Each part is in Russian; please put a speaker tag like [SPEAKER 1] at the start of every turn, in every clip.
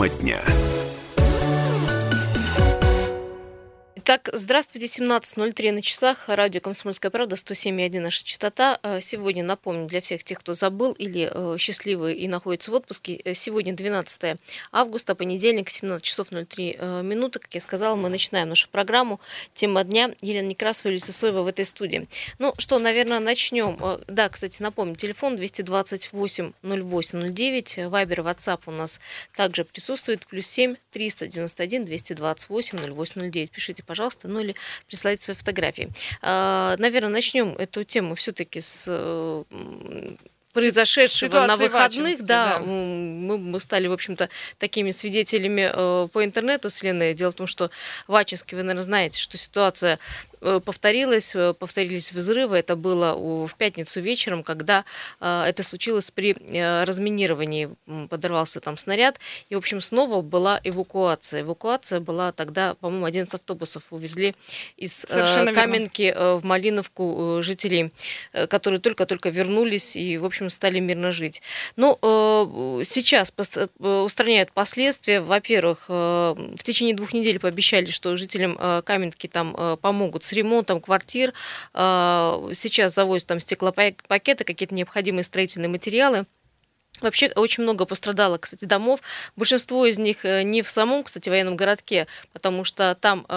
[SPEAKER 1] Тема дня.
[SPEAKER 2] Так, здравствуйте, 17:03 на часах, радио «Комсомольская правда», 107,1 наша частота. Сегодня, напомню, для всех тех, кто забыл или счастливый и находится в отпуске, сегодня 12 августа, понедельник, 17 часов 03 минуты. Как я сказала, мы начинаем нашу программу «Тема дня». Елена Некрасова и Лиза Соева в этой студии. Ну что, наверное, начнем. Да, кстати, напомню, телефон 228-08-09, вайбер, ватсап у нас также присутствует, +7 391 228 08-09. Пишите, пожалуйста, ну или присылайте свои фотографии. Наверное, начнем эту тему все-таки с произошедшего
[SPEAKER 3] ситуации
[SPEAKER 2] на выходных.
[SPEAKER 3] да.
[SPEAKER 2] Мы стали, в общем-то, такими свидетелями по интернету с Леной. Дело в том, что в Ачинске, вы, наверное, знаете, что ситуация повторились взрывы. Это было в пятницу вечером, когда это случилось при разминировании. Подорвался там снаряд. И, в общем, снова была эвакуация. Эвакуация была тогда, по-моему, 11 автобусов увезли из Каменки в Малиновку жителей, которые только-только вернулись и, в общем, стали мирно жить. Но сейчас устраняют последствия. Во-первых, в течение 2 недель пообещали, что жителям Каменки там помогут с ремонтом квартир. Сейчас завозят там стеклопакеты, какие-то необходимые строительные материалы. Вообще очень много пострадало, кстати, домов. Большинство из них не в самом, кстати, военном городке, потому что там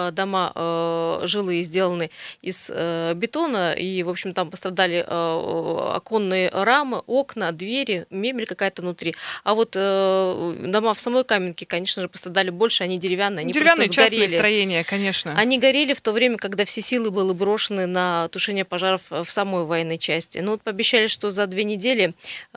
[SPEAKER 2] дома жилые сделаны из бетона, и, в общем, там пострадали оконные рамы, окна, двери, мебель какая-то внутри. А вот дома в самой Каменке, конечно же, пострадали больше, они деревянные, они
[SPEAKER 3] деревянные
[SPEAKER 2] просто сгорели.
[SPEAKER 3] частные строения, конечно.
[SPEAKER 2] Они горели в то время, когда все силы были брошены на тушение пожаров в самой военной части. Ну вот пообещали, что за 2 недели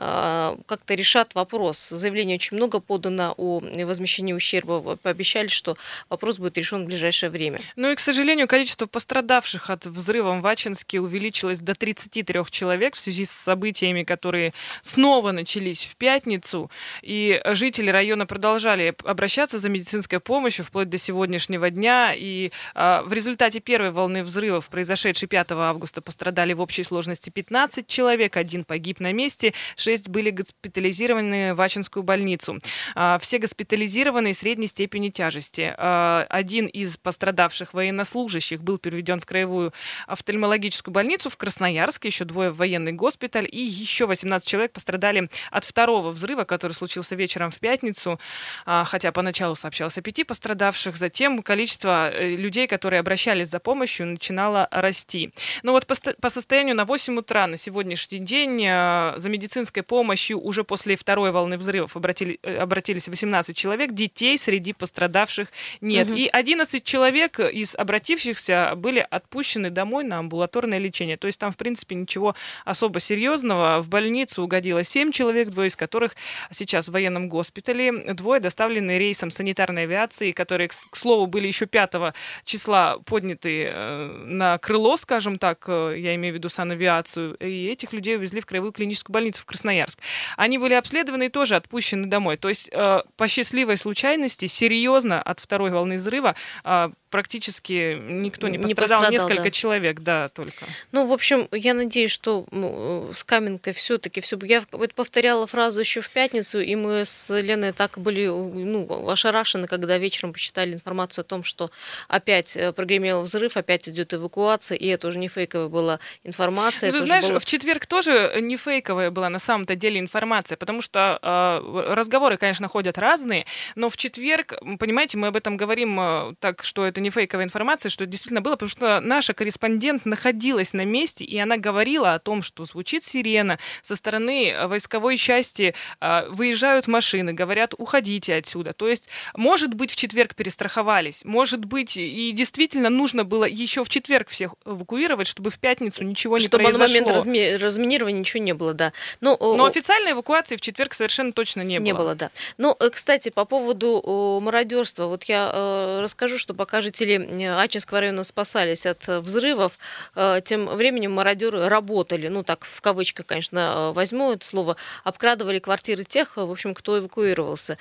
[SPEAKER 2] как-то решат вопрос. Заявлений очень много подано о возмещении ущерба. Пообещали, что вопрос будет решен в ближайшее время.
[SPEAKER 3] Ну и, к сожалению, количество пострадавших от взрыва в Ачинске увеличилось до 33 человек в связи с событиями, которые снова начались в пятницу. И жители района продолжали обращаться за медицинской помощью вплоть до сегодняшнего дня. И в результате первой волны взрывов, произошедшей 5 августа, пострадали в общей сложности 15 человек. 1 погиб на месте, 6 были госпитализированы в Ачинскую больницу. Все госпитализированы средней степени тяжести. 1 из пострадавших военнослужащих был переведен в краевую офтальмологическую больницу в Красноярске, еще 2 в военный госпиталь, и еще 18 человек пострадали от второго взрыва, который случился вечером в пятницу, хотя поначалу сообщалось о 5 пострадавших, затем количество людей, которые обращались за помощью, начинало расти. Но вот по состоянию на 8 утра на сегодняшний день за медицинской помощью уже после второй волны взрывов обратились 18 человек, детей среди пострадавших нет. И 11 человек из обратившихся были отпущены домой на амбулаторное лечение. То есть там, в принципе, ничего особо серьезного. В больницу угодило 7 человек, 2 из которых сейчас в военном госпитале, 2 доставлены рейсом санитарной авиации, которые, к слову, были еще 5 числа подняты на крыло, скажем так, я имею в виду санавиацию, и этих людей увезли в краевую клиническую больницу в Красноярск. Они были обследованы и тоже отпущены домой. То есть по счастливой случайности серьезно от второй волны взрыва практически никто не пострадал, несколько человек, да, только.
[SPEAKER 2] Ну, в общем, я надеюсь, что с Каменкой все-таки все. Я повторяла фразу еще в пятницу, и мы с Леной так были ошарашены, когда вечером почитали информацию о том, что опять прогремел взрыв, опять идет эвакуация, и это уже не фейковая была информация.
[SPEAKER 3] Ну, ты знаешь, в четверг тоже не фейковая была на самом-то деле информация, потому что разговоры, конечно, ходят разные, но в четверг, понимаете, мы об этом говорим так, что это не фейковая информация, что действительно было, потому что наша корреспондент находилась на месте, и она говорила о том, что звучит сирена, со стороны войсковой части выезжают машины, говорят, уходите отсюда. То есть, может быть, в четверг перестраховались, может быть, и действительно нужно было еще в четверг всех эвакуировать, чтобы в пятницу ничего не произошло.
[SPEAKER 2] Чтобы на момент разминирования ничего не было, да.
[SPEAKER 3] Но официальной эвакуации в четверг совершенно точно не было.
[SPEAKER 2] Не было, да. Ну, кстати, по поводу мародерства, вот я расскажу, что пока жители жители Ачинского района спасались от взрывов, тем временем мародеры работали, ну так в кавычках, конечно, возьму это слово, обкрадывали квартиры тех, в общем, кто эвакуировался.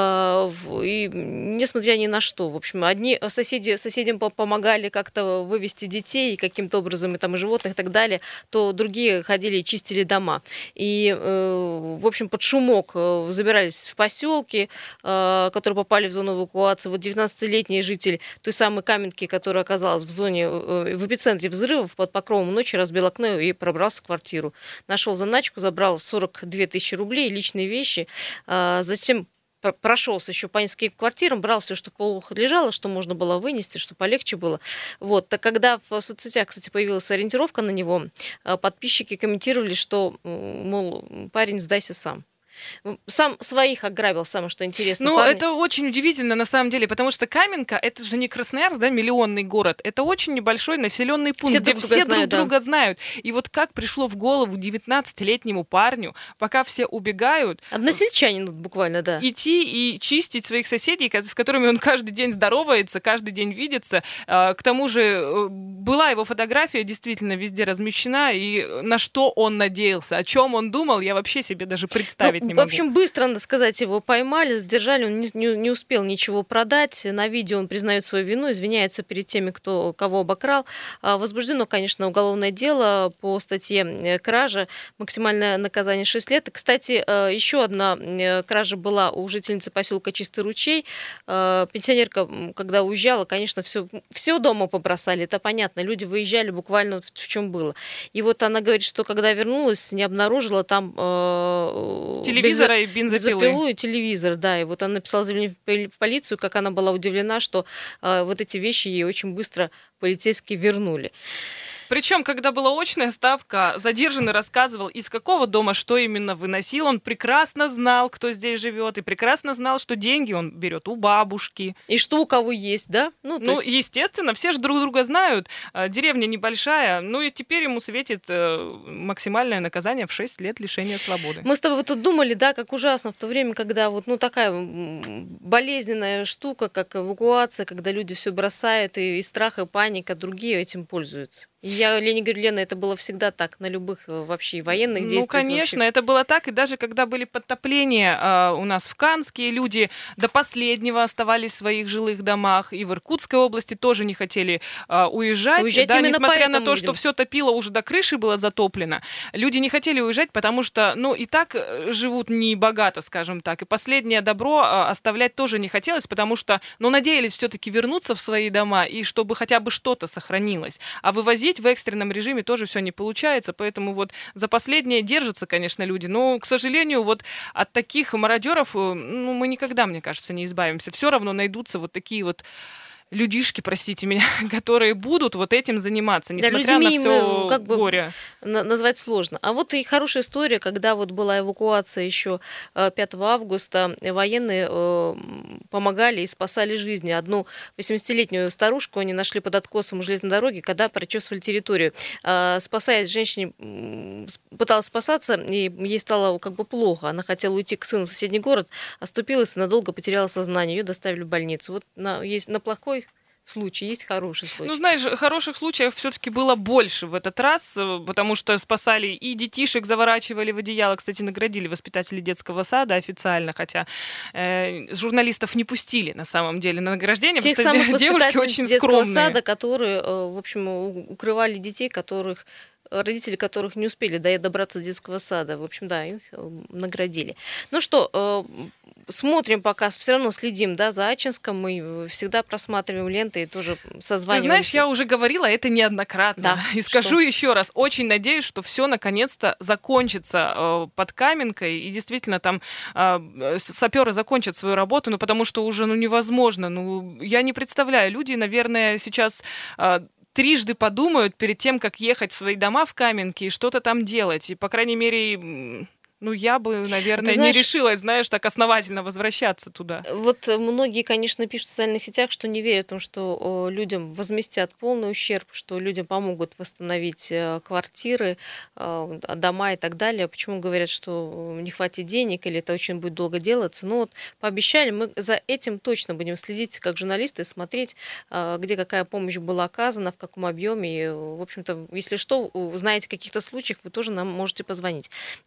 [SPEAKER 2] И несмотря ни на что, в общем, одни соседям помогали как-то вывести детей каким-то образом, и там и животных и так далее, то другие ходили и чистили дома. И, в общем, под шумок забирались в поселки, которые попали в зону эвакуации. Вот 19-летний житель той самой Каменки, которая оказалась в зоне, в эпицентре взрывов, под покровом ночи разбил окно и пробрался в квартиру. Нашел заначку, забрал 42 тысячи рублей, личные вещи, затем прошелся еще по нескольким квартирам, брал все, что плохо лежало, что можно было вынести, что полегче было. Вот. Так когда в соцсетях, кстати, появилась ориентировка на него, подписчики комментировали, что, мол, парень, сдайся сам. Сам своих ограбил, самое что интересно.
[SPEAKER 3] Ну,
[SPEAKER 2] парни.
[SPEAKER 3] это очень удивительно на самом деле, потому что Каменка, это же не Красноярск, да, миллионный город, это очень небольшой населенный пункт, где все друг друга знают. И вот как пришло в голову 19-летнему парню, пока все убегают...
[SPEAKER 2] Односельчанин тут буквально, да.
[SPEAKER 3] Идти и чистить своих соседей, с которыми он каждый день здоровается, каждый день видится. К тому же была его фотография действительно везде размещена, и на что он надеялся, о чем он думал, я вообще себе даже представить не могу.
[SPEAKER 2] В общем, быстро, надо сказать, его поймали, задержали, он не успел ничего продать. На видео он признает свою вину, извиняется перед теми, кого обокрал. Возбуждено, конечно, уголовное дело по статье кража, максимальное наказание 6 лет. Кстати, еще одна кража была у жительницы поселка Чистый ручей. Пенсионерка, когда уезжала, конечно, все дома побросали, это понятно. Люди выезжали буквально в чем было. И вот она говорит, что когда вернулась, не обнаружила там
[SPEAKER 3] телевизора и бензопилу
[SPEAKER 2] и телевизор, да. И вот она написала заявление в полицию, как она была удивлена, что вот эти вещи ей очень быстро полицейские вернули.
[SPEAKER 3] Причем, когда была очная ставка, задержанный рассказывал, из какого дома что именно выносил. Он прекрасно знал, кто здесь живет, и прекрасно знал, что деньги он берет у бабушки.
[SPEAKER 2] И что у кого есть, да?
[SPEAKER 3] Ну, естественно, все же друг друга знают. Деревня небольшая, ну и теперь ему светит максимальное наказание в 6 лет лишения свободы.
[SPEAKER 2] Мы с тобой тут думали, да, как ужасно в то время, когда вот, ну, такая болезненная штука, как эвакуация, когда люди все бросают, и страх, и паника, другие этим пользуются. И я Лене говорю, Лена, это было всегда так, на любых вообще военных действиях.
[SPEAKER 3] Ну, конечно,
[SPEAKER 2] вообще.
[SPEAKER 3] Это было так, и даже когда были подтопления у нас в Канске, люди до последнего оставались в своих жилых домах, и в Иркутской области тоже не хотели уезжать. Да, несмотря на то, что все топило, уже до крыши было затоплено, люди не хотели уезжать, потому что, ну, и так живут небогато, скажем так, и последнее добро оставлять тоже не хотелось, потому что, ну, надеялись все-таки вернуться в свои дома, и чтобы хотя бы что-то сохранилось. А вывозить в экстренном режиме тоже все не получается, поэтому вот за последнее держатся, конечно, люди, но, к сожалению, вот от таких мародеров, ну, мы никогда, мне кажется, не избавимся. Все равно найдутся вот такие вот людишки, простите меня, которые будут вот этим заниматься, несмотря на все
[SPEAKER 2] как бы
[SPEAKER 3] горе.
[SPEAKER 2] Назвать сложно. А вот и хорошая история, когда вот была эвакуация еще 5 августа, военные помогали и спасали жизни. Одну 80-летнюю старушку они нашли под откосом у железной дороги, когда прочесывали территорию. Спасаясь, женщина пыталась спасаться, и ей стало как бы плохо. Она хотела уйти к сыну в соседний город, оступилась и надолго потеряла сознание. Ее доставили в больницу. Вот есть на плохой случай, есть хороший случай.
[SPEAKER 3] Ну, знаешь, хороших случаев все-таки было больше в этот раз, потому что спасали и детишек, заворачивали в одеяло. Кстати, наградили воспитателей детского сада официально, хотя журналистов не пустили на самом деле на награждение,
[SPEAKER 2] тех
[SPEAKER 3] потому
[SPEAKER 2] что
[SPEAKER 3] девушки очень
[SPEAKER 2] детского
[SPEAKER 3] скромные.
[SPEAKER 2] сада, которые, в общем, укрывали детей, родители которых не успели добраться до детского сада. В общем, да, их наградили. Ну что, смотрим пока, все равно следим, да, за Ачинском. Мы всегда просматриваем ленты и тоже созваниваемся.
[SPEAKER 3] Ты знаешь, я уже говорила это неоднократно.
[SPEAKER 2] Да,
[SPEAKER 3] и скажу еще раз. Очень надеюсь, что все наконец-то закончится под Каменкой. И действительно там саперы закончат свою работу, ну, потому что уже невозможно. Ну, я не представляю. Люди, наверное, сейчас трижды подумают перед тем, как ехать в свои дома в Каменке и что-то там делать. И, по крайней мере, Ну, я бы, наверное,
[SPEAKER 2] знаешь,
[SPEAKER 3] не решилась, знаешь, так основательно возвращаться туда.
[SPEAKER 2] Вот многие, конечно, пишут в социальных сетях, что не верят в том, что людям возместят полный ущерб, что людям помогут восстановить квартиры, дома и так далее. Почему говорят, что не хватит денег или это очень будет долго делаться? Ну вот пообещали, мы за этим точно будем следить как журналисты, смотреть, где какая помощь была оказана, в каком объеме. И, в общем-то, если что, знаете о каких-то случаях, вы тоже нам можете позвонить.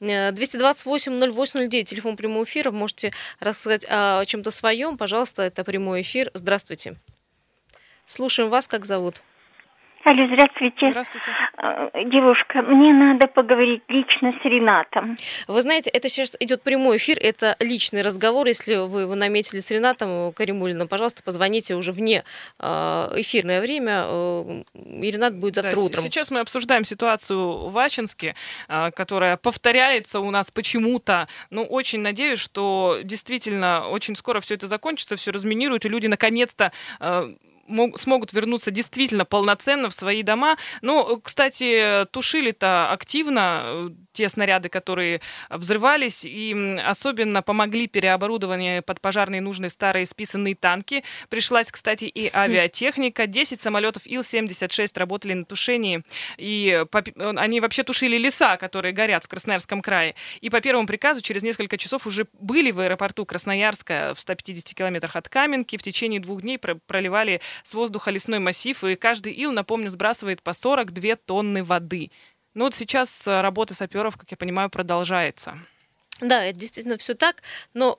[SPEAKER 2] 228-08-09, телефон прямого эфира, можете рассказать о чем-то своем, пожалуйста, это прямой эфир. Здравствуйте. Слушаем вас, как зовут?
[SPEAKER 1] Алло, здравствуйте.
[SPEAKER 3] Здравствуйте.
[SPEAKER 1] Девушка, мне надо поговорить лично с Ренатом.
[SPEAKER 2] Вы знаете, это сейчас идет прямой эфир, это личный разговор. Если вы его наметили с Ренатом Каримуллиным, пожалуйста, позвоните уже вне эфирное время, и Ренат будет завтра утром.
[SPEAKER 3] Сейчас мы обсуждаем ситуацию в Ачинске, которая повторяется у нас почему-то. Ну, очень надеюсь, что действительно очень скоро все это закончится, все разминируют, и люди наконец-то смогут вернуться действительно полноценно в свои дома. Но, кстати, тушили-то активно те снаряды, которые взрывались, и особенно помогли переоборудование под пожарные нужные старые списанные танки. Пришлась, кстати, и авиатехника. 10 самолетов Ил-76 работали на тушении, и они вообще тушили леса, которые горят в Красноярском крае. И по первому приказу через несколько часов уже были в аэропорту Красноярска в 150 километрах от Каменки. В течение 2 дней проливали с воздуха лесной массив, и каждый ил, напомню, сбрасывает по 42 тонны воды. Ну вот сейчас работа саперов, как я понимаю, продолжается.
[SPEAKER 2] Да, это действительно все так, но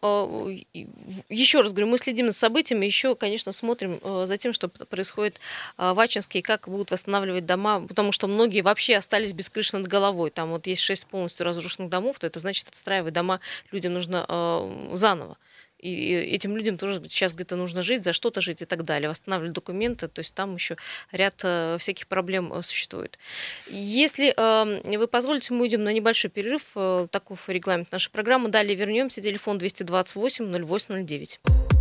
[SPEAKER 2] еще раз говорю, мы следим за событиями, еще, конечно, смотрим за тем, что происходит в Ачинске и как будут восстанавливать дома, потому что многие вообще остались без крыши над головой. Там вот есть 6 полностью разрушенных домов, то это значит, отстраивать дома людям нужно заново. И этим людям тоже сейчас где-то нужно жить, за что-то жить и так далее, восстанавливать документы, то есть там еще ряд всяких проблем существует. Если вы позволите, мы уйдем на небольшой перерыв, таков регламент нашей программы. Далее вернемся, телефон 228-08-09.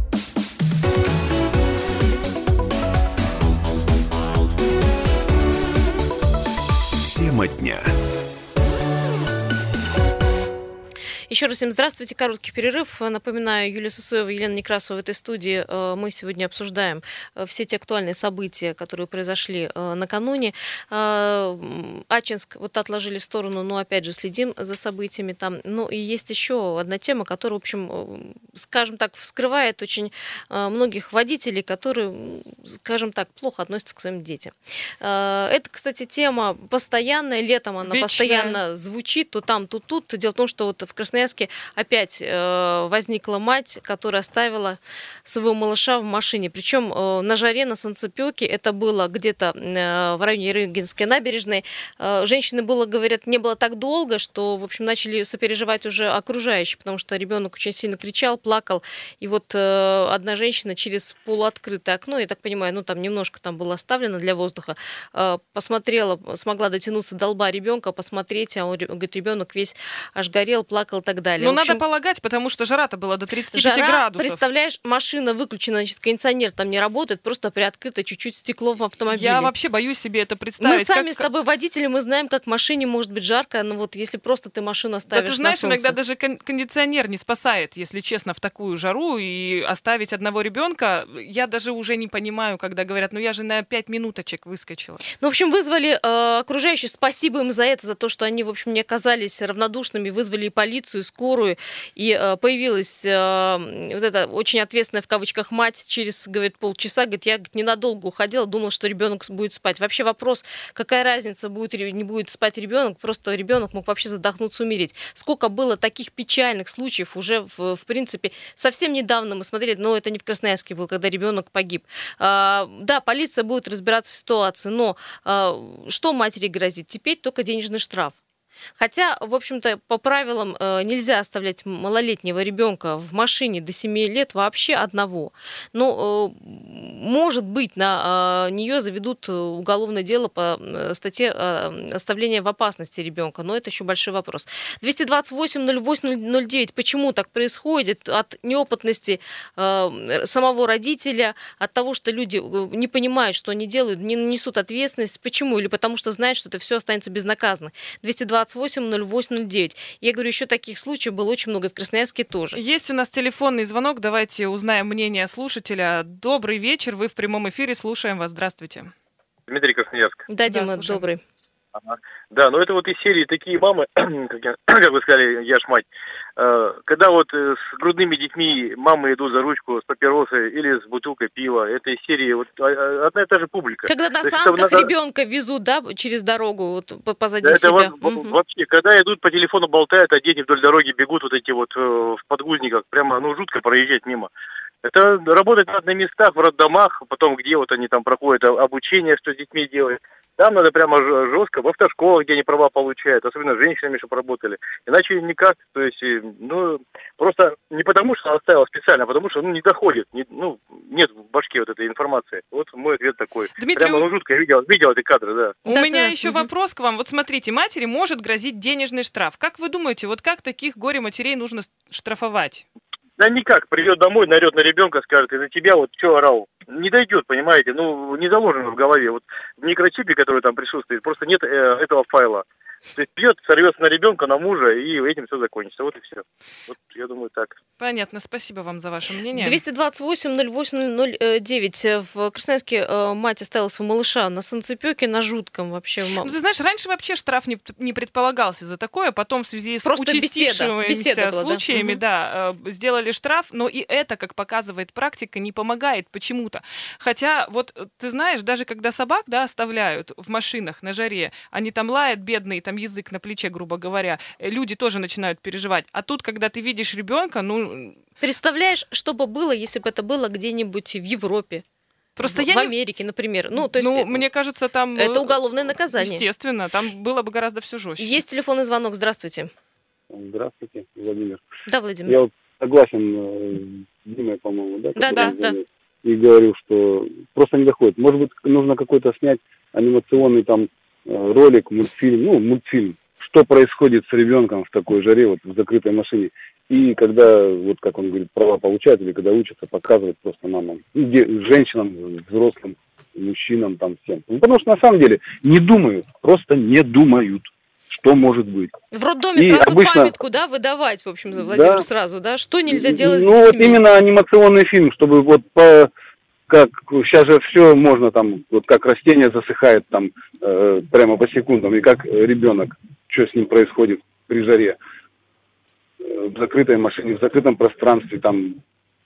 [SPEAKER 4] Тема дня.
[SPEAKER 2] Еще раз всем здравствуйте. Короткий перерыв. Напоминаю, Юлия Сысоева, Елена Некрасова в этой студии. Мы сегодня обсуждаем все те актуальные события, которые произошли накануне. Ачинск вот отложили в сторону, но опять же следим за событиями там. Ну и есть еще одна тема, которая, в общем, скажем так, вскрывает очень многих водителей, которые, скажем так, плохо относятся к своим детям. Это, кстати, тема постоянная. Летом она постоянно звучит, то там, то тут. Дело в том, что вот в Красноярске опять возникла мать, которая оставила своего малыша в машине. Причем на жаре, на солнцепёке, это было где-то в районе Рыгинской набережной. Женщины было, говорят, не было так долго, что, в общем, начали сопереживать уже окружающие, потому что ребенок очень сильно кричал, плакал. И вот одна женщина через полуоткрытое окно, я так понимаю, ну там немножко там было оставлено для воздуха, посмотрела, смогла дотянуться до лба ребенка, посмотреть, а он, говорит, ребенок весь аж горел, плакал и так далее.
[SPEAKER 3] Ну, надо полагать, потому что жара-то была до 35 градусов.
[SPEAKER 2] Представляешь, машина выключена, значит, кондиционер там не работает, просто приоткрыто чуть-чуть стекло в автомобиле.
[SPEAKER 3] Я вообще боюсь себе это представить.
[SPEAKER 2] Мы сами с тобой водители, мы знаем, как в машине может быть жарко, но вот если просто ты машину оставишь на солнце.
[SPEAKER 3] Да ты знаешь, иногда даже кондиционер не спасает, если честно, в такую жару, и оставить одного ребенка, я даже уже не понимаю, когда говорят, ну я же на 5 минуточек выскочила.
[SPEAKER 2] Ну, в общем, вызвали окружающие, спасибо им за это, за то, что они, в общем, не оказались равнодушными, вызвали и полицию, и скорую, и появилась вот эта очень ответственная в кавычках мать через, говорит, полчаса, говорит, я ненадолго уходила, думала, что ребенок будет спать. Вообще вопрос, какая разница, будет или не будет спать ребенок, просто ребенок мог вообще задохнуться, умереть. Сколько было таких печальных случаев уже, в принципе, совсем недавно мы смотрели, но это не в Красноярске был, когда ребенок погиб. Да, полиция будет разбираться в ситуации, но что матери грозит? Теперь только денежный штраф. Хотя, в общем-то, по правилам нельзя оставлять малолетнего ребенка в машине до 7 лет вообще одного. Но, может быть, на нее заведут уголовное дело по статье оставления в опасности ребенка. Но это еще большой вопрос. 228-08-09. Почему так происходит? От неопытности самого родителя, от того, что люди не понимают, что они делают, не несут ответственность. Почему? Или потому что знают, что это все останется безнаказанно. 228 228-08-09. Я говорю, еще таких случаев было очень много, и в Красноярске тоже.
[SPEAKER 3] Есть у нас телефонный звонок, давайте узнаем мнение слушателя. Добрый вечер, вы в прямом эфире, слушаем вас, здравствуйте.
[SPEAKER 5] Дмитрий, Красноярск.
[SPEAKER 2] Да, Дима,
[SPEAKER 3] слушаем.
[SPEAKER 2] добрый.
[SPEAKER 5] Ага. Да, но это вот из серии такие мамы, как вы сказали, я ж мать, когда вот с грудными детьми мамы идут за ручку с папиросой или с бутылкой пива, это из серии вот одна и та же публика.
[SPEAKER 2] Когда на
[SPEAKER 5] То есть
[SPEAKER 2] санках
[SPEAKER 5] это надо-
[SPEAKER 2] ребенка везут, да, через дорогу, вот позади
[SPEAKER 5] Да, это
[SPEAKER 2] себя.
[SPEAKER 5] вообще, когда идут по телефону болтают, а дети вдоль дороги бегут вот эти вот в подгузниках, прямо, жутко проезжать мимо. Это работать надо на местах, в роддомах, потом где вот они там проходят обучение, что с детьми делать. Там надо прямо жестко, в автошколах, где они права получают, особенно с женщинами, чтобы работали. Иначе никак, то есть, просто не потому, что она оставила специально, а потому что, не доходит, нет в башке вот этой информации. Вот мой ответ такой.
[SPEAKER 3] Дмитрий,
[SPEAKER 5] Прямо, жутко, я видел эти кадры, да.
[SPEAKER 3] У
[SPEAKER 2] Да,
[SPEAKER 3] меня
[SPEAKER 2] да.
[SPEAKER 3] еще вопрос к вам. Вот смотрите, матери может грозить денежный штраф. Как вы думаете, вот как таких горе-матерей нужно штрафовать?
[SPEAKER 5] Да никак, придет домой, наорет на ребенка, скажет, из-за тебя вот что орал. Не дойдет, понимаете, не заложено в голове. Вот в микрочипе, который там присутствует, просто нет этого файла. То есть пьет, сорвется на ребенка, на мужа, и этим все закончится. Вот и все. Вот я думаю так.
[SPEAKER 3] Понятно, спасибо вам за ваше мнение.
[SPEAKER 2] 228-08-09. В Красноярске мать оставила своего малыша на санцепёке, на жутком вообще.
[SPEAKER 3] Ну, ты знаешь, раньше вообще штраф не предполагался за такое, потом в связи с
[SPEAKER 2] Просто
[SPEAKER 3] участившимися
[SPEAKER 2] беседа была, да?
[SPEAKER 3] случаями, сделали штраф, но и это, как показывает практика, не помогает почему-то. Хотя, вот ты знаешь, даже когда собак, оставляют в машинах на жаре, они там лают, бедные, там язык на плече, грубо говоря, люди тоже начинают переживать. А тут, когда ты видишь ребенка,
[SPEAKER 2] Представляешь, что бы было, если бы это было где-нибудь в Европе?
[SPEAKER 3] просто
[SPEAKER 2] в Америке, например.
[SPEAKER 3] мне кажется, там...
[SPEAKER 2] Это уголовное наказание.
[SPEAKER 3] Естественно, там было бы гораздо все жестче.
[SPEAKER 2] Есть телефонный звонок. Здравствуйте.
[SPEAKER 6] Здравствуйте, Владимир.
[SPEAKER 2] Да, Владимир.
[SPEAKER 6] Я вот согласен с Димой, по-моему, да?
[SPEAKER 2] Да.
[SPEAKER 6] И говорю, что просто не доходит. Может быть, нужно какой-то снять анимационный там ролик, мультфильм, что происходит с ребенком в такой жаре, вот в закрытой машине. И когда, вот как он говорит, права получают, или когда учатся, показывать просто мамам, женщинам, взрослым, мужчинам, там всем. Потому что на самом деле просто не думают, что может быть.
[SPEAKER 2] В роддоме
[SPEAKER 6] И
[SPEAKER 2] сразу
[SPEAKER 6] обычно...
[SPEAKER 2] памятку, выдавать, в общем, Владимир, сразу, что нельзя делать с
[SPEAKER 6] вот
[SPEAKER 2] детьми?
[SPEAKER 6] именно анимационный фильм, чтобы вот как сейчас же все можно там, вот как растение засыхает там прямо по секундам, и как ребенок, что с ним происходит при жаре, в закрытой машине, в закрытом пространстве, там,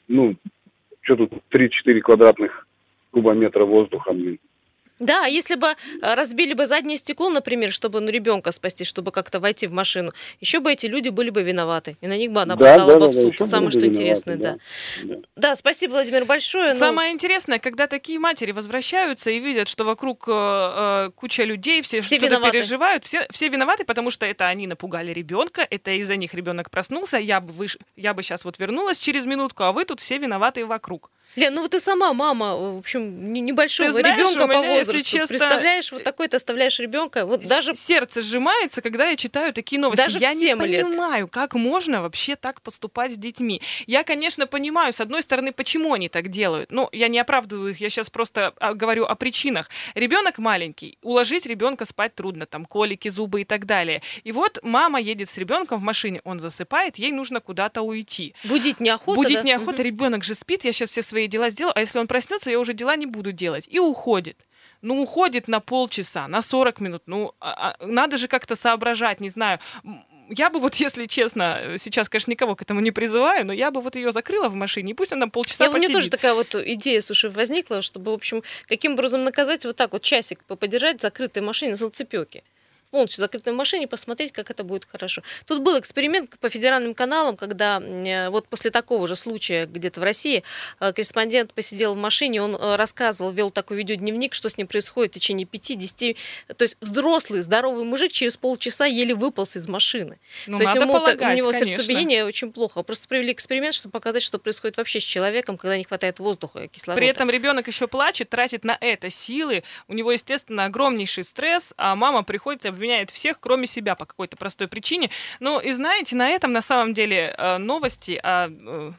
[SPEAKER 6] что тут 3-4 квадратных кубометра воздуха,
[SPEAKER 2] Да, если бы разбили бы заднее стекло, например, чтобы ребенка спасти, чтобы как-то войти в машину, еще бы эти люди были бы виноваты, и на них бы она подала бы в суд. Это самое, что интересное, да. Да, спасибо, Владимир, большое.
[SPEAKER 3] Самое интересное, когда такие матери возвращаются и видят, что вокруг куча людей, все что-то
[SPEAKER 2] виноваты.
[SPEAKER 3] переживают, все виноваты, потому что это они напугали ребенка, это из-за них ребенок проснулся, я бы сейчас вот вернулась через минутку, а вы тут все виноваты вокруг.
[SPEAKER 2] Лен, вот ты сама мама, в общем, небольшого
[SPEAKER 3] Ты знаешь,
[SPEAKER 2] ребенка
[SPEAKER 3] у меня,
[SPEAKER 2] по
[SPEAKER 3] если
[SPEAKER 2] возрасту.
[SPEAKER 3] честно,
[SPEAKER 2] Представляешь, вот такой ты оставляешь ребенка, вот даже...
[SPEAKER 3] Сердце сжимается, когда я читаю такие новости.
[SPEAKER 2] Даже
[SPEAKER 3] я
[SPEAKER 2] в
[SPEAKER 3] не
[SPEAKER 2] 7 лет.
[SPEAKER 3] понимаю, как можно вообще так поступать с детьми. Я, конечно, понимаю, с одной стороны, почему они так делают. Я не оправдываю их, я сейчас просто говорю о причинах. Ребенок маленький, уложить ребенка спать трудно, там колики, зубы и так далее. И вот мама едет с ребенком в машине, он засыпает, ей нужно куда-то уйти.
[SPEAKER 2] Будить неохота,
[SPEAKER 3] Будить неохота, ребенок же спит, я сейчас все свои дела сделаю, а если он проснется, я уже дела не буду делать. И уходит. Уходит на полчаса, на 40 минут. Надо же как-то соображать, не знаю. Я бы если честно, сейчас, конечно, никого к этому не призываю, но я бы ее закрыла в машине, и пусть она полчаса посидит.
[SPEAKER 2] У меня тоже такая идея, слушай, возникла, чтобы, в общем, каким образом наказать, вот так вот часик подержать в закрытой машине на санцепёке. Полностью в закрытой машине, посмотреть, как это будет хорошо. Тут был эксперимент по федеральным каналам, когда вот после такого же случая где-то в России корреспондент посидел в машине, он рассказывал, вел такой видеодневник, что с ним происходит в течение 5-10... То есть взрослый, здоровый мужик через полчаса еле выполз из машины. То есть у него сердцебиение очень плохо. Просто провели эксперимент, чтобы показать, что происходит вообще с человеком, когда не хватает воздуха, кислорода.
[SPEAKER 3] При этом ребенок еще плачет, тратит на это силы, у него, естественно, огромнейший стресс, а мама приходит и обвиняет всех, кроме себя, по какой-то простой причине. И знаете, на этом, на самом деле, новости о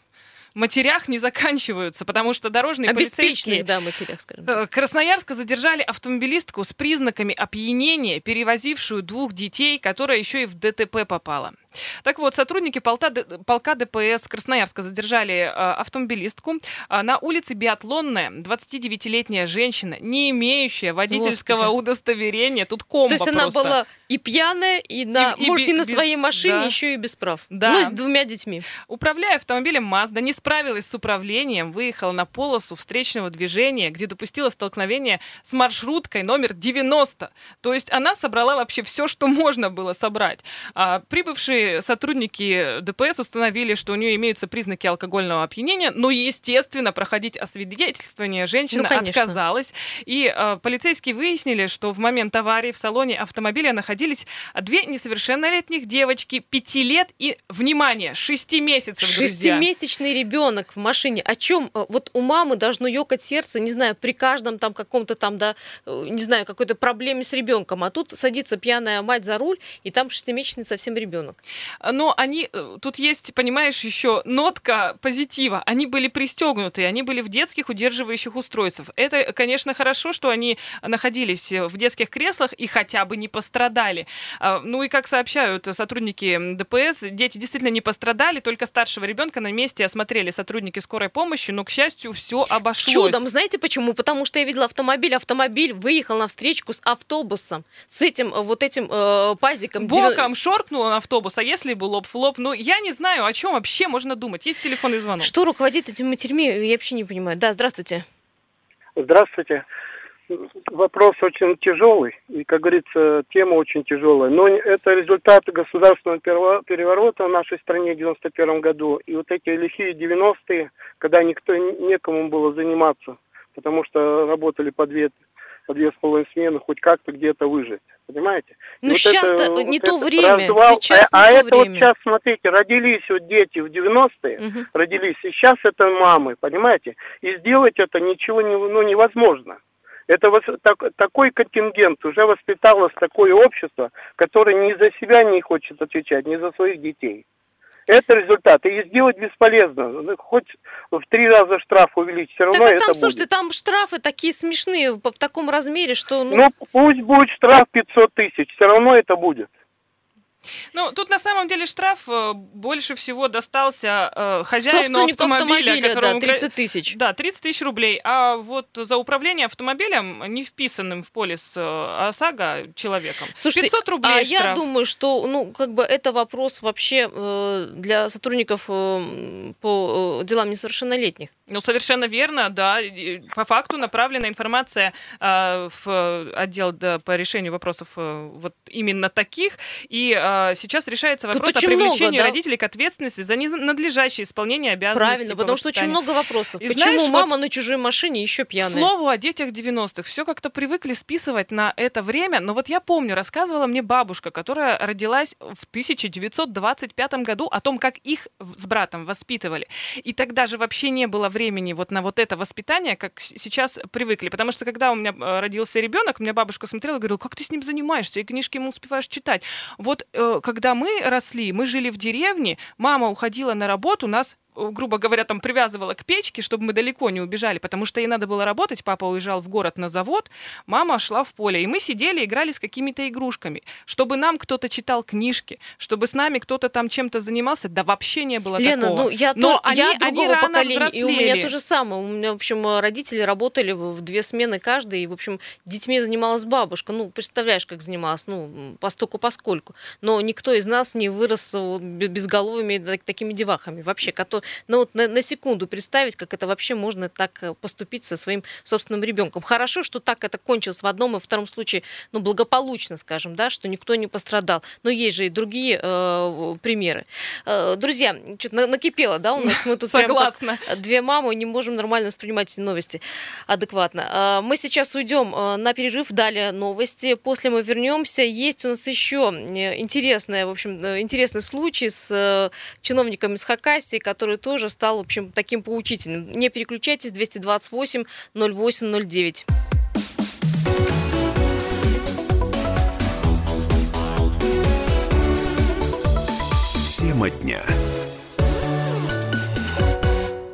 [SPEAKER 3] матерях не заканчиваются, потому что дорожные полицейские
[SPEAKER 2] матерях, скажем так.
[SPEAKER 3] Красноярска задержали автомобилистку с признаками опьянения, перевозившую 2 детей, которая еще и в ДТП попала. Так вот, сотрудники полка ДПС Красноярска задержали автомобилистку на улице Биатлонная, 29-летняя женщина, не имеющая водительского удостоверения. Тут комбо просто.
[SPEAKER 2] То есть она была и пьяная, и может, не на своей машине, еще и без прав.
[SPEAKER 3] Да.
[SPEAKER 2] Но с 2 детьми.
[SPEAKER 3] Управляя автомобилем Mazda, не справилась с управлением, выехала на полосу встречного движения, где допустила столкновение с маршруткой номер 90. То есть она собрала вообще все, что можно было собрать. Прибывшие сотрудники ДПС установили, что у нее имеются признаки алкогольного опьянения, но, естественно, проходить освидетельствование женщина отказалась. И полицейские выяснили, что в момент аварии в салоне автомобиля находились 2 несовершеннолетних девочки 5 лет и, внимание, 6 месяцев, друзья.
[SPEAKER 2] 6-месячный ребенок в машине. О чем? Вот у мамы должно ёкать сердце, не знаю, при каждом там каком-то там, да, не знаю, какой-то проблеме с ребенком. А тут садится пьяная мать за руль, и там 6-месячный совсем ребенок.
[SPEAKER 3] Но тут есть, понимаешь, еще нотка позитива. Они были пристегнуты, они были в детских удерживающих устройствах. Это, конечно, хорошо, что они находились в детских креслах и хотя бы не пострадали. Ну и как сообщают сотрудники ДПС, дети действительно не пострадали, только старшего ребенка на месте осмотрели сотрудники скорой помощи, но, к счастью, все обошлось.
[SPEAKER 2] Чудом. Знаете почему? Потому что я видела автомобиль выехал навстречку с автобусом, с этим пазиком.
[SPEAKER 3] Боком шоркнул на автобус, а если бы лоб в лоб, я не знаю, о чем вообще можно думать. Есть телефонный звонок.
[SPEAKER 2] Что руководит этими матерьми, я вообще не понимаю. Да, здравствуйте.
[SPEAKER 7] Здравствуйте. Вопрос очень тяжелый, и, как говорится, тема очень тяжелая. Но это результат государственного переворота в нашей стране в 91 году. И вот эти лихие 90-е, когда некому было заниматься, потому что работали по 2,5 смены, хоть как-то где-то выжить. Понимаете?
[SPEAKER 2] Ну, сейчас-то не то время. Сейчас не то время.
[SPEAKER 7] Вот сейчас, смотрите, родились дети в 90-е, родились, и сейчас это мамы, понимаете? И сделать это ничего невозможно. Это такой контингент уже воспиталось такое общество, которое ни за себя не хочет отвечать, ни за своих детей. Это результат. И сделать бесполезно. Хоть в 3 раза штраф увеличить, все равно
[SPEAKER 2] так,
[SPEAKER 7] это
[SPEAKER 2] слушайте,
[SPEAKER 7] будет.
[SPEAKER 2] там штрафы такие смешные, в таком размере, что...
[SPEAKER 7] Пусть будет штраф 500 тысяч, все равно это будет.
[SPEAKER 3] Тут на самом деле штраф больше всего достался хозяину автомобиля,
[SPEAKER 2] которому 30 тысяч.
[SPEAKER 3] Да, 30 тысяч рублей. А вот за управление автомобилем, не вписанным в полис ОСАГО человеком,
[SPEAKER 2] слушайте,
[SPEAKER 3] 500 рублей штраф.
[SPEAKER 2] Я думаю, что это вопрос вообще для сотрудников по делам несовершеннолетних.
[SPEAKER 3] Совершенно верно, да. По факту направлена информация в отдел по решению вопросов вот именно таких. И сейчас решается вопрос о привлечении родителей к ответственности за ненадлежащее исполнение обязанностей.
[SPEAKER 2] Правильно, потому что очень много вопросов.
[SPEAKER 3] И
[SPEAKER 2] почему мама на чужой машине еще пьяная?
[SPEAKER 3] К слову о детях 90-х. Все как-то привыкли списывать на это время. Но вот я помню, рассказывала мне бабушка, которая родилась в 1925 году, о том, как их с братом воспитывали. И тогда же вообще не было времени вот на вот это воспитание, как сейчас привыкли. Потому что когда у меня родился ребенок, у меня бабушка смотрела и говорила: как ты с ним занимаешься, и книжки ему успеваешь читать. Вот когда мы росли, мы жили в деревне, мама уходила на работу, нас, грубо говоря, там привязывала к печке, чтобы мы далеко не убежали, потому что ей надо было работать, папа уезжал в город на завод, мама шла в поле, и мы сидели, играли с какими-то игрушками, чтобы нам кто-то читал книжки, чтобы с нами кто-то там чем-то занимался, да вообще не было такого.
[SPEAKER 2] Я другого поколения, и у меня то же самое. У меня, в общем, родители работали в 2 смены каждый, и, в общем, детьми занималась бабушка. Представляешь, как занималась, постольку-поскольку. Но никто из нас не вырос безголовыми такими девахами вообще, на секунду представить, как это вообще можно так поступить со своим собственным ребенком. Хорошо, что так это кончилось в одном и втором случае, благополучно, скажем, да, что никто не пострадал. Но есть же и другие примеры. Друзья, что-то накипело, да, у нас? Мы тут
[SPEAKER 3] согласна.
[SPEAKER 2] Прям как 2 мамы не можем нормально воспринимать эти новости адекватно. Мы сейчас уйдем на перерыв, далее новости. После мы вернемся. Есть у нас еще интересный случай с чиновником из Хакасии, который тоже стал, в общем, таким поучительным. Не переключайтесь, 228-08-09.
[SPEAKER 4] Тема дня.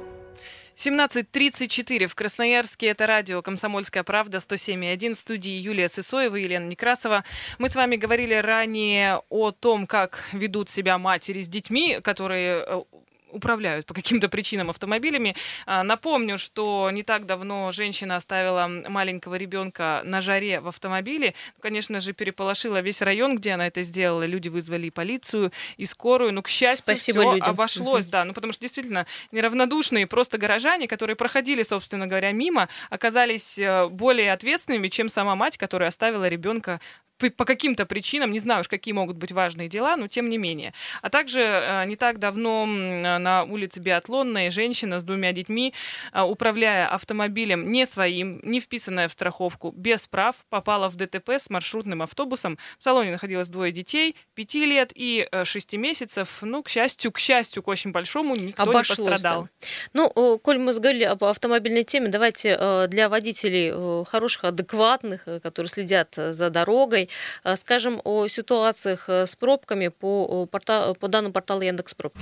[SPEAKER 3] 17:34 в Красноярске. Это радио «Комсомольская правда», 107,1. В студии Юлия Сысоева и Елена Некрасова. Мы с вами говорили ранее о том, как ведут себя матери с детьми, которые управляют по каким-то причинам автомобилями. Напомню, что не так давно женщина оставила маленького ребенка на жаре в автомобиле. Конечно же, переполошила весь район, где она это сделала. Люди вызвали и полицию, и скорую. Но, к счастью, все обошлось. Да, потому что действительно неравнодушные просто горожане, которые проходили, собственно говоря, мимо, оказались более ответственными, чем сама мать, которая оставила ребенка по каким-то причинам, не знаю уж, какие могут быть важные дела, но тем не менее. А также не так давно на улице Биатлонной женщина с 2 детьми, управляя автомобилем не своим, не вписанная в страховку, без прав, попала в ДТП с маршрутным автобусом. В салоне находилось 2 детей, 5 лет и 6 месяцев. Ну, к счастью, к очень большому, никто обошлось, не пострадал.
[SPEAKER 2] Да. Ну, коль мы заговорили об автомобильной теме, давайте для водителей хороших, адекватных, которые следят за дорогой, скажем о ситуациях с пробками по данным портала Яндекс.Пробки.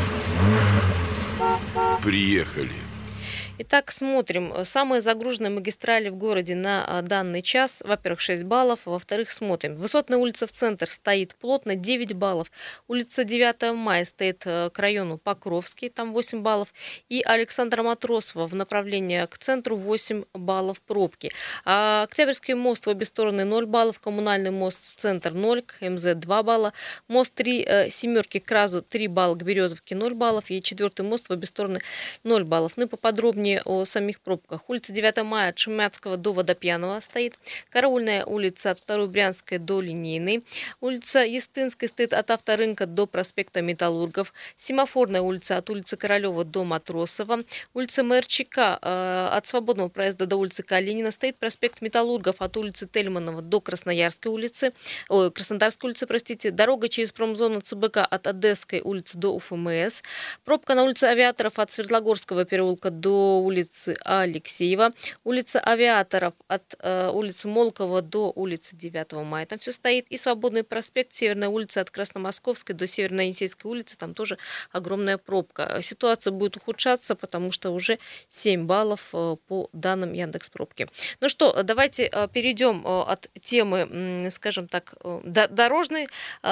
[SPEAKER 4] Приехали.
[SPEAKER 2] Итак, смотрим. Самые загруженные магистрали в городе на данный час. Во-первых, 6 баллов. Во-вторых, смотрим. Высотная улица в центр стоит плотно, 9 баллов. Улица 9 мая стоит к району Покровский, там 8 баллов. И Александра Матросова в направлении к центру 8 баллов пробки. Октябрьский мост в обе стороны 0 баллов. Коммунальный мост в центр 0, к МЗ 2 балла. Мост 3 семерки к Разу 3 балла, к Березовке 0 баллов. И 4-й мост в обе стороны 0 баллов. Ну и поподробнее о самих пробках. Улица 9 мая от Шемяцкого до Водопьянова стоит. Караульная улица от 2 Брянской до Линейной. Улица Естинская стоит от Авторынка до проспекта Металлургов. Семафорная улица от улицы Королева до Матросова. Улица Мэрчика от Свободного проезда до улицы Калинина стоит. Проспект Металлургов от улицы Тельманова до Краснодарской улицы. Простите. Дорога через промзону ЦБК от Одесской улицы до УФМС. Пробка на улице Авиаторов от Свердлогорского переулка до улицы Алексеева, улица Авиаторов от улицы Молкова до улицы 9 мая. Там все стоит. И Свободный проспект, Северная улица от Красномосковской до Северно-Енисейской улицы. Там тоже огромная пробка. Ситуация будет ухудшаться, потому что уже 7 баллов по данным Яндекс.Пробки. Ну что, давайте перейдем от темы, скажем так, дорожной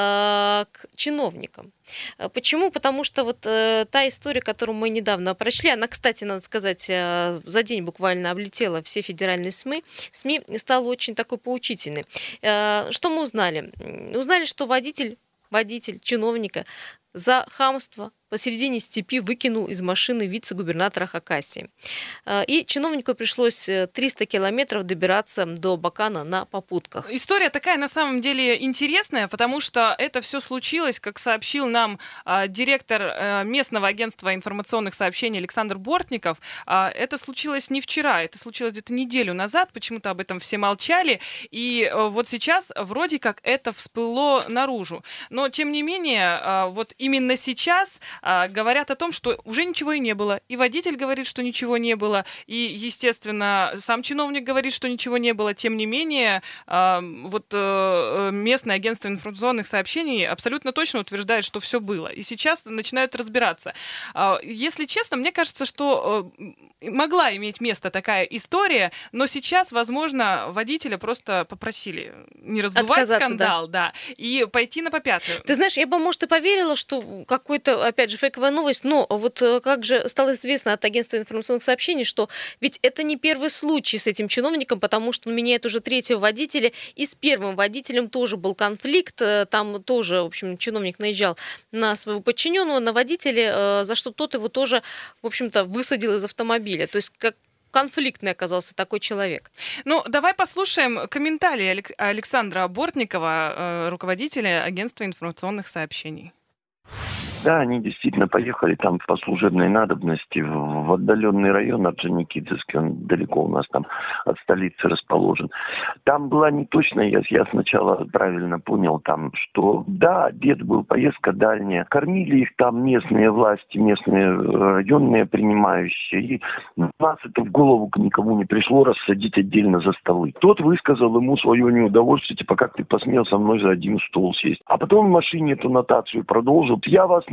[SPEAKER 2] к чиновникам. Почему? Потому что вот та история, которую мы недавно прочли, она, кстати, надо сказать, за день буквально облетела все федеральные СМИ, стала очень такой поучительной. Что мы узнали? Узнали, что водитель чиновника за хамство посередине степи выкинул из машины вице-губернатора Хакасии. И чиновнику пришлось 300 километров добираться до Абакана на попутках.
[SPEAKER 3] История такая на самом деле интересная, потому что это все случилось, как сообщил нам директор местного агентства информационных сообщений Александр Бортников. Это случилось не вчера, это случилось где-то неделю назад, почему-то об этом все молчали, и вот сейчас вроде как это всплыло наружу. Но тем не менее, вот именно сейчас говорят о том, что уже ничего и не было. И водитель говорит, что ничего не было. И, естественно, сам чиновник говорит, что ничего не было. Тем не менее, местное агентство информационных сообщений абсолютно точно утверждает, что все было. И сейчас начинают разбираться. Если честно, мне кажется, что могла иметь место такая история, но сейчас, возможно, водителя просто попросили не раздувать скандал, да, и пойти на попятную.
[SPEAKER 2] Ты знаешь, я бы, может, и поверила, что какой-то, опять же, фейковая новость, но вот как же стало известно от агентства информационных сообщений, что ведь это не первый случай с этим чиновником, потому что он меняет уже 3-го водителя, и с первым водителем тоже был конфликт, там тоже, в общем, чиновник наезжал на своего подчиненного, на водителя, за что тот его тоже, в общем-то, высадил из автомобиля. То есть как конфликтный оказался такой человек.
[SPEAKER 3] Ну, давай послушаем комментарии Александра Бортникова, руководителя агентства информационных сообщений.
[SPEAKER 8] Да, они действительно поехали там по служебной надобности в отдаленный район Орджоникидзевский, он далеко у нас там от столицы расположен. Там была неточная, я сначала правильно понял там, что да, обед был, поездка дальняя, кормили их там местные власти, местные районные принимающие, и нас это в голову никому не пришло рассадить отдельно за столы. Тот высказал ему свое неудовольствие, типа, как ты посмел со мной за один стол сесть. А потом в машине эту нотацию продолжил: я вас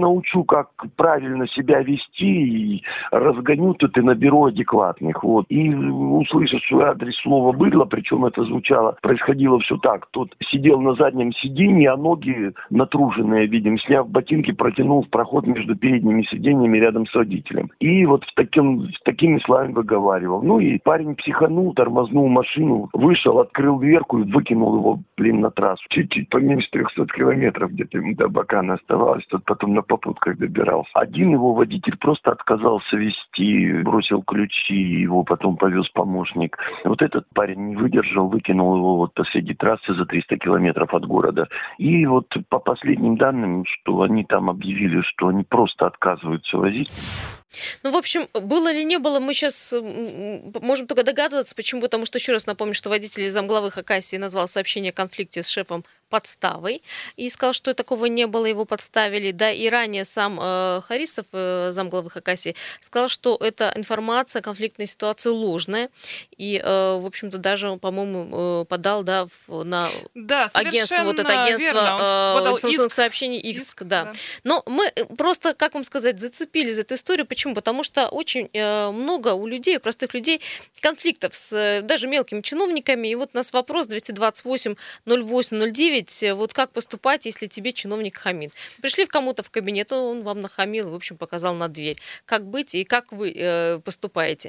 [SPEAKER 8] научу, как правильно себя вести, и разгоню тут и наберу адекватных. Вот. И услышать свой адрес слова «быдло», причем это происходило все так. Тот сидел на заднем сиденье, а ноги натруженные, видим, сняв ботинки, протянул в проход между передними сиденьями рядом с водителем. И вот такими словами выговаривал. Ну и парень психанул, тормознул машину, вышел, открыл дверку и выкинул его, на трассу. Чуть-чуть поменьше 300 километров где-то ему до Бакана оставалось. Тот потом на попутках добирался. Один его водитель просто отказался везти, бросил ключи, его потом повез помощник. Вот этот парень не выдержал, выкинул его вот посреди трассы за 300 километров от города. И вот по последним данным, что они там объявили, что они просто отказываются возить.
[SPEAKER 2] Ну, в общем, было или не было, мы сейчас можем только догадываться. Почему? Потому что, еще раз напомню, что водитель замглавы Хакасии назвал сообщение о конфликте с шефом подставой и сказал, что такого не было, его подставили. Да, и ранее сам Харисов, замглавы Хакасии, сказал, что эта информация о конфликтной ситуации ложная. И, в общем-то, даже, по-моему, подал на агентство, вот это агентство информационных сообщений ИСК. Да. Но мы просто, как вам сказать, зацепили за эту историю. Почему? Потому что очень много у людей, простых людей, конфликтов с даже мелкими чиновниками. И вот у нас вопрос 228-08-09. Вот как поступать, если тебе чиновник хамит? Пришли кому-то в кабинет, он вам нахамил, в общем, показал на дверь. Как быть и как вы поступаете?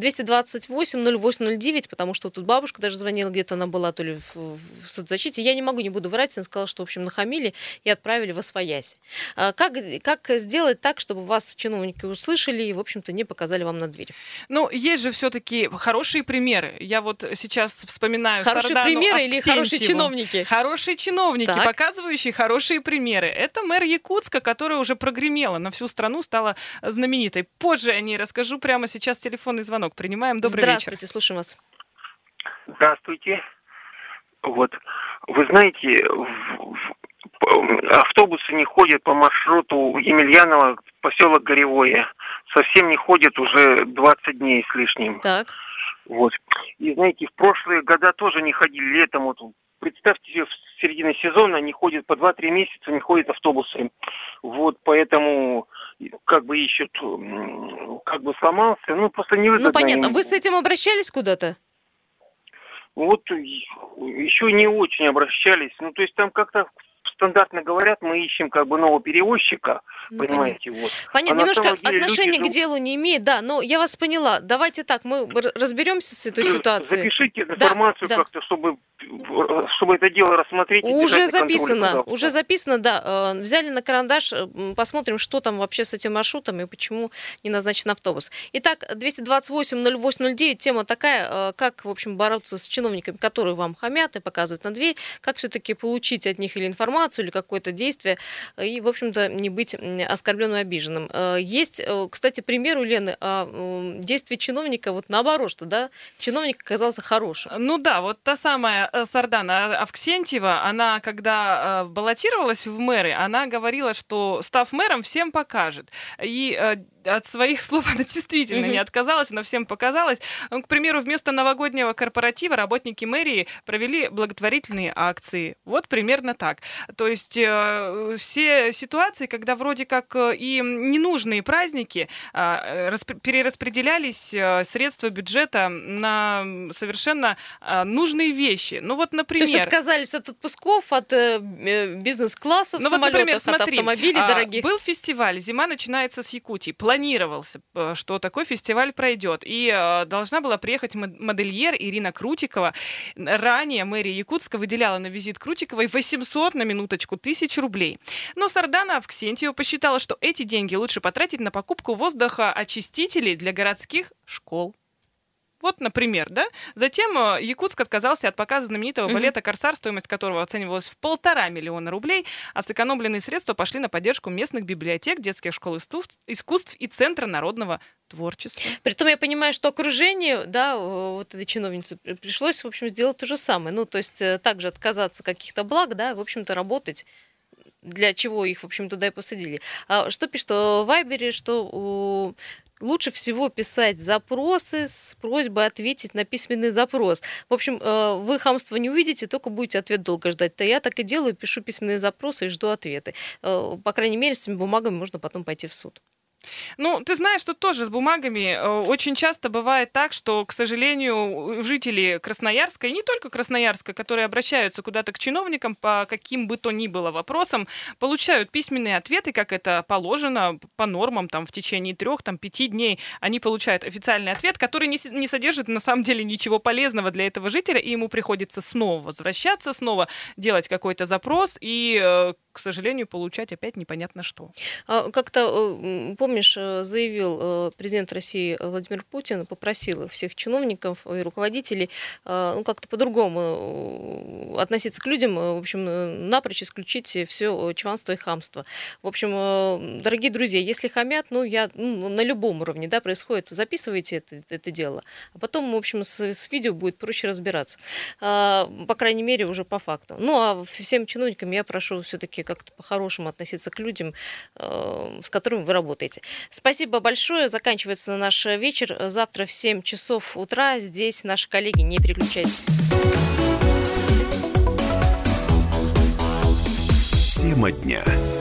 [SPEAKER 2] 228-08-09, потому что тут бабушка даже звонила, где-то она была, то ли в соцзащите. Я не буду врать, она сказала, что, в общем, нахамили и отправили в освояси. Как сделать так, чтобы вас чиновники услышали и, в общем-то, не показали вам на дверь?
[SPEAKER 3] Ну, есть же все-таки хорошие примеры. Я вот сейчас вспоминаю
[SPEAKER 2] Хорошие
[SPEAKER 3] Сардану
[SPEAKER 2] примеры
[SPEAKER 3] Авксентьеву.
[SPEAKER 2] Или хорошие чиновники?
[SPEAKER 3] Хорошие чиновники,
[SPEAKER 2] так,
[SPEAKER 3] показывающие хорошие примеры. Это мэр Якутска, которая уже прогремела на всю страну, стала знаменитой. Позже о ней расскажу. Прямо сейчас телефонный звонок принимаем. Добрый вечер.
[SPEAKER 2] Здравствуйте, слушаем вас.
[SPEAKER 9] Здравствуйте. Вот, вы знаете, автобусы не ходят по маршруту Емельянова, поселок Горевое. Совсем не ходят уже 20 дней с лишним.
[SPEAKER 2] Так.
[SPEAKER 9] Вот. И знаете, в прошлые года тоже не ходили летом. Вот представьте себе, в середине сезона не ходят по 2-3 месяца, не ходят автобусы. Вот, поэтому как бы ищут, как бы сломался. Ну, просто невыгодно.
[SPEAKER 2] Ну, понятно. Вы с этим обращались куда-то?
[SPEAKER 9] Вот еще не очень обращались. Ну, то есть там как-то стандартно говорят, мы ищем как бы нового перевозчика, понимаете,
[SPEAKER 2] понятно.
[SPEAKER 9] вот.
[SPEAKER 2] Понятно, немножко отношения к делу не имеет, да, но я вас поняла. Давайте так, мы разберемся с этой ситуацией.
[SPEAKER 9] Запишите информацию как-то, чтобы это дело рассмотреть.
[SPEAKER 2] Уже записано, да. Взяли на карандаш, посмотрим, что там вообще с этим маршрутом и почему не назначен автобус. Итак, 228-08-09, тема такая, как, в общем, бороться с чиновниками, которые вам хамят и показывают на дверь, как все-таки получить от них или информацию, или какое-то действие, и, в общем-то, не быть оскорбленным и обиженным. Есть, кстати, пример у Лены о действии чиновника, вот наоборот, что, да, чиновник оказался хорошим.
[SPEAKER 3] Ну да, вот та самая Сардана Авксентьева, она, когда баллотировалась в мэры, она говорила, что, став мэром, всем покажет. И от своих слов она действительно не отказалась, она всем показалась. К примеру, вместо новогоднего корпоратива работники мэрии провели благотворительные акции. Вот примерно так. То есть все ситуации, когда вроде как и ненужные праздники, перераспределялись средства бюджета на совершенно нужные вещи. Ну вот, например...
[SPEAKER 2] То есть отказались от отпусков, от бизнес-классов, самолетов, от автомобилей дорогих.
[SPEAKER 3] Был фестиваль «Зима начинается с Якутии». Планировался, что такой фестиваль пройдет. И должна была приехать модельер Ирина Крутикова. Ранее мэрия Якутска выделяла на визит Крутиковой 800, на минуточку, тысяч рублей. Но Сардана Авксентьева посчитала, что эти деньги лучше потратить на покупку воздухоочистителей для городских школ. Вот, например, да? Затем Якутск отказался от показа знаменитого балета «Корсар», стоимость которого оценивалась в 1,5 миллиона рублей, а сэкономленные средства пошли на поддержку местных библиотек, детских школ искусств и Центра народного творчества.
[SPEAKER 2] Притом я понимаю, что окружению, да, вот этой чиновнице пришлось, в общем, сделать то же самое. Ну, то есть также отказаться от каких-то благ, да, в общем-то, работать для чего их, в общем, туда и посадили. Что пишут в Вайбере, что лучше всего писать запросы с просьбой ответить на письменный запрос. В общем, вы хамство не увидите, только будете ответ долго ждать. То я так и делаю, пишу письменные запросы и жду ответы. По крайней мере, с этими бумагами можно потом пойти в суд.
[SPEAKER 3] Ну, ты знаешь, тут тоже с бумагами очень часто бывает так, что, к сожалению, жители Красноярска, и не только Красноярска, которые обращаются куда-то к чиновникам по каким бы то ни было вопросам, получают письменные ответы, как это положено по нормам, там, в течение 3-5 дней они получают официальный ответ, который не содержит на самом деле ничего полезного для этого жителя, и ему приходится снова возвращаться, снова делать какой-то запрос и, к сожалению, получать опять непонятно что.
[SPEAKER 2] Как-то, помнишь, заявил президент России Владимир Путин, попросил всех чиновников и руководителей как-то по-другому относиться к людям, в общем, напрочь исключить все чванство и хамство. В общем, дорогие друзья, если хамят, на любом уровне, да, происходит, записывайте это дело, а потом, в общем, с видео будет проще разбираться. По крайней мере, уже по факту. Ну, а всем чиновникам я прошу все-таки как-то по-хорошему относиться к людям, с которыми вы работаете. Спасибо большое. Заканчивается наш вечер. Завтра в 7 часов утра здесь наши коллеги. Не переключайтесь.
[SPEAKER 4] Тема дня.